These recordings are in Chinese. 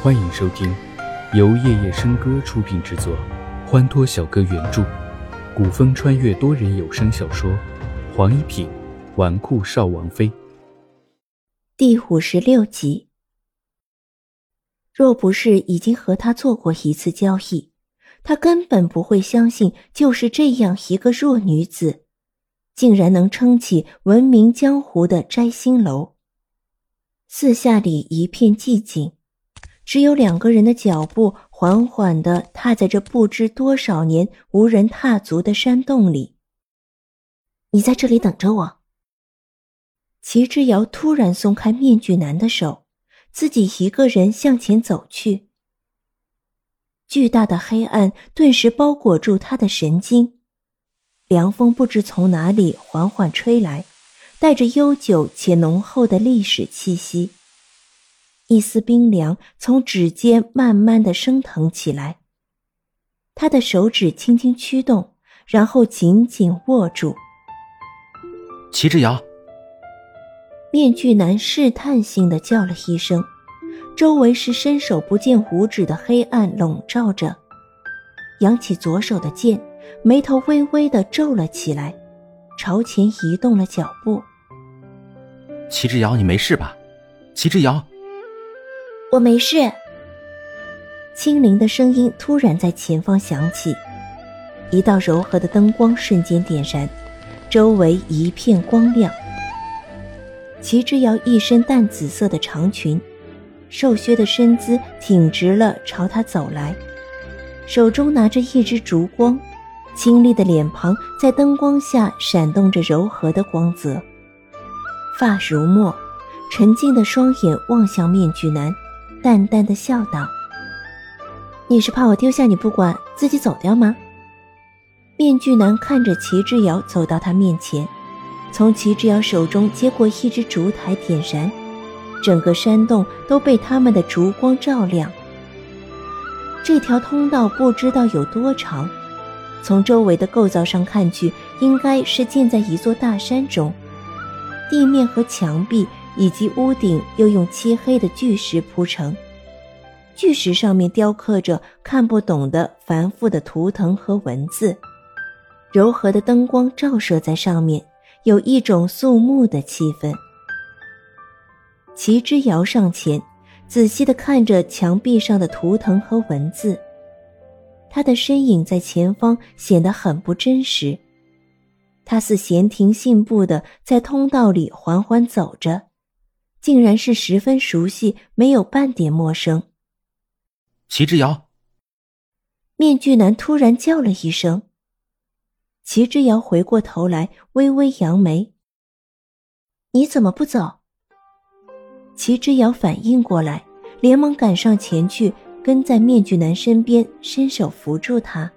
欢迎收听由夜夜笙歌出品制作，欢脱小哥原著，古风穿越多人有声小说《黄一品纨绔少王妃》 第56集。若不是已经和他做过一次交易，他根本不会相信就是这样一个弱女子，竟然能撑起闻名江湖的摘星楼。四下里一片寂静，只有两个人的脚步缓缓地踏在这不知多少年无人踏足的山洞里。你在这里等着我。齐之遥突然松开面具男的手，自己一个人向前走去。巨大的黑暗顿时包裹住他的神经，凉风不知从哪里缓缓吹来，带着悠久且浓厚的历史气息。一丝冰凉从指尖慢慢地升腾起来，他的手指轻轻驱动，然后紧紧握住。 齐之遥！ 面具男试探性地叫了一声，周围是伸手不见五指的黑暗笼罩着。扬起左手的剑，眉头微微地皱了起来，朝前移动了脚步。 齐之遥，你没事吧？齐之遥！ 我没事。清灵的声音突然在前方响起，一道柔和的灯光瞬间点燃，周围一片光亮。齐之遥一身淡紫色的长裙，瘦削的身姿挺直了朝他走来，手中拿着一支烛光，清丽的脸庞在灯光下闪动着柔和的光泽。发如墨，沉静的双眼望向面具男，淡淡的笑道：你是怕我丢下你不管，自己走掉吗？面具男看着齐之遥走到他面前，从齐之遥手中接过一支烛台点燃，整个山洞都被他们的烛光照亮。这条通道不知道有多长，从周围的构造上看去，应该是建在一座大山中，地面和墙壁以及屋顶又用漆黑的巨石铺成，巨石上面雕刻着看不懂的繁复的图腾和文字，柔和的灯光照射在上面，有一种肃穆的气氛。齐之遥上前，仔细地看着墙壁上的图腾和文字，他的身影在前方显得很不真实，他似闲庭信步地在通道里缓缓走着，竟然是十分熟悉，没有半点陌生。 齐之遥！ 面具男突然叫了一声。齐之遥回过头来，微微扬眉。你怎么不走？齐之遥反应过来，连忙赶上前去，跟在面具男身边，伸手扶住他。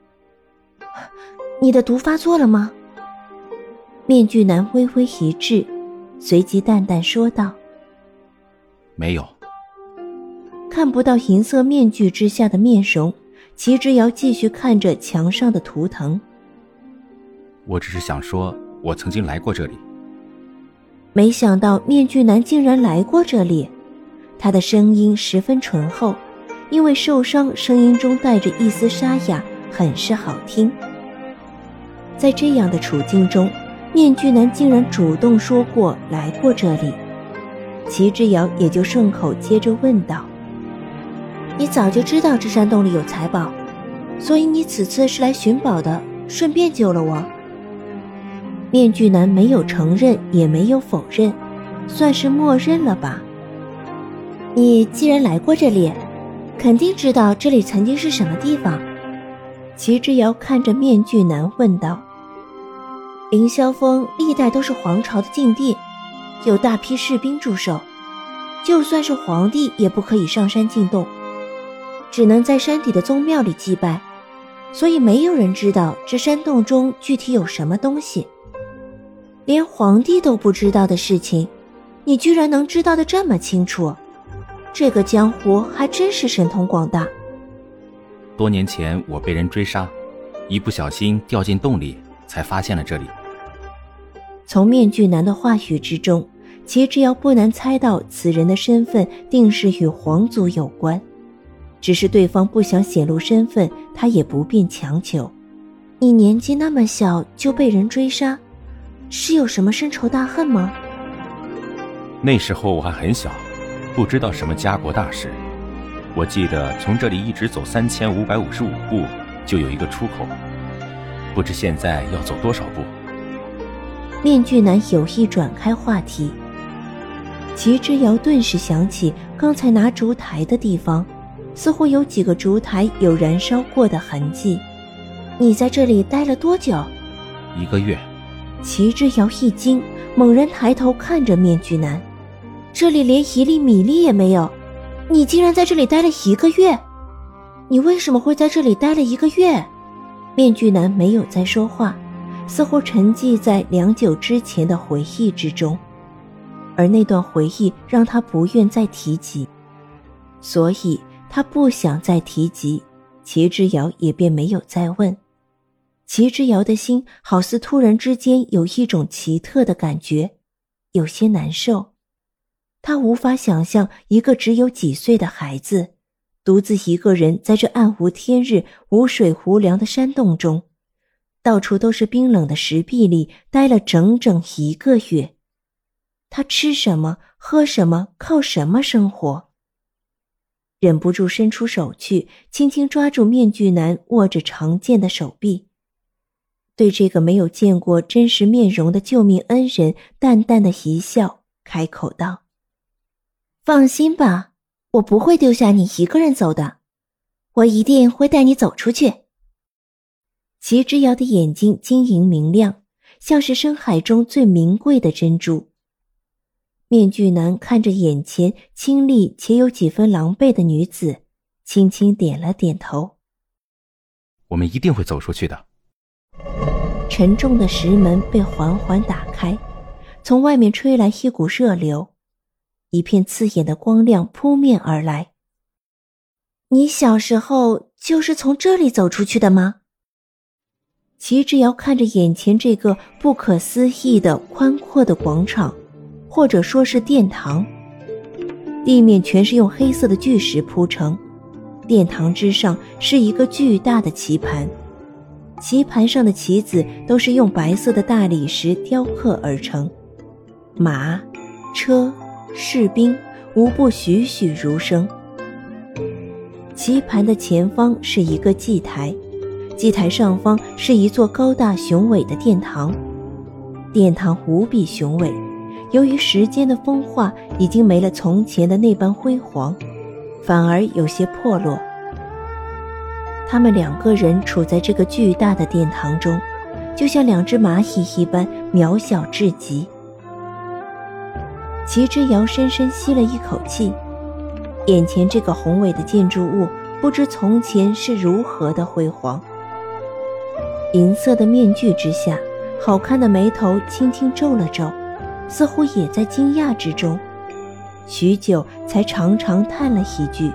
你的毒发作了吗？面具男微微一滞，随即淡淡说道： 没有。 看不到银色面具之下的面容，齐之遥继续看着墙上的图腾。 我只是想说，我曾经来过这里。 没想到面具男竟然来过这里，他的声音十分醇厚，因为受伤，声音中带着一丝沙哑，很是好听。在这样的处境中，面具男竟然主动说过来过这里，齐之遥也就顺口接着问道：你早就知道这山洞里有财宝，所以你此次是来寻宝的，顺便救了我？面具男没有承认也没有否认，算是默认了吧。你既然来过这里，肯定知道这里曾经是什么地方。齐之遥看着面具男问道。凌霄峰历代都是皇朝的禁地，有大批士兵驻守，就算是皇帝也不可以上山进洞，只能在山底的宗庙里祭拜，所以没有人知道这山洞中具体有什么东西。连皇帝都不知道的事情，你居然能知道得这么清楚，这个江湖还真是神通广大。 多年前我被人追杀，一不小心掉进洞里，才发现了这里。 从面具男的话语之中，齐之遥不难猜到此人的身份定是与皇族有关。 只是对方不想显露身份，他也不便强求。你年纪那么小就被人追杀，是有什么深仇大恨吗？ 那时候我还很小，不知道什么家国大事。我记得从这里一直走3555步就有一个出口，不知现在要走多少步。 面具男有意转开话题，齐之遥顿时想起刚才拿烛台的地方，似乎有几个烛台有燃烧过的痕迹。你在这里待了多久？1 个月。 齐之遥一惊，猛然抬头看着面具男，这里连1粒米粒也没有，你竟然在这里待了1个月？你为什么会在这里待了1个月？面具男没有再说话，似乎沉寂在良久之前的回忆之中，而那段回忆让他不愿再提及，所以他不想再提及，齐之遥也便没有再问。齐之遥的心好似突然之间有一种奇特的感觉，有些难受。他无法想象一个只有几岁的孩子，独自一个人在这暗无天日、无水无粮的山洞中，到处都是冰冷的石壁里待了整整1个月。他吃什么，喝什么，靠什么生活？忍不住伸出手去，轻轻抓住面具男握着长剑的手臂，对这个没有见过真实面容的救命恩人淡淡的一笑，开口道：放心吧，我不会丢下你一个人走的，我一定会带你走出去。齐之遥的眼睛晶莹明亮，像是深海中最名贵的珍珠。面具男看着眼前清丽且有几分狼狈的女子，轻轻点了点头。 我们一定会走出去的。 沉重的石门被缓缓打开，从外面吹来一股热流，一片刺眼的光亮扑面而来。你小时候就是从这里走出去的吗？齐之遥看着眼前这个不可思议的宽阔的广场，或者说是殿堂，地面全是用黑色的巨石铺成，殿堂之上是一个巨大的棋盘，棋盘上的棋子都是用白色的大理石雕刻而成，马、车、士兵无不栩栩如生。棋盘的前方是一个祭台，祭台上方是一座高大雄伟的殿堂，殿堂无比雄伟，由于时间的风化，已经没了从前的那般辉煌，反而有些破落。他们2个人处在这个巨大的殿堂中，就像2只蚂蚁一般渺小至极。齐之遥深深吸了一口气，眼前这个宏伟的建筑物不知从前是如何的辉煌。银色的面具之下，好看的眉头轻轻皱了皱，似乎也在惊讶之中，许久才长长叹了一句：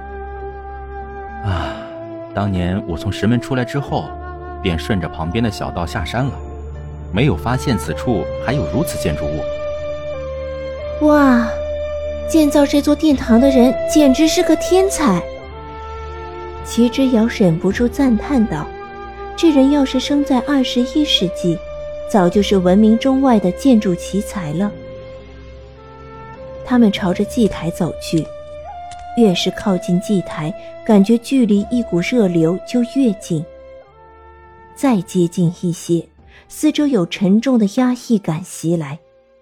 当年我从石门出来之后，便顺着旁边的小道下山了，没有发现此处还有如此建筑物。 哇，建造这座殿堂的人简直是个天才！齐之遥忍不住赞叹道，这人要是生在21世纪，早就是闻名中外的建筑奇才了。他们朝着祭台走去，越是靠近祭台，感觉距离一股热流就越近。再接近一些，四周有沉重的压抑感袭来。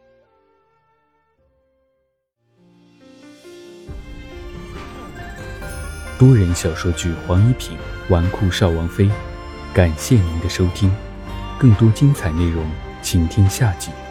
多人小说剧《黄一品纨绔少王妃》，感谢您的收听，更多精彩内容请听下集。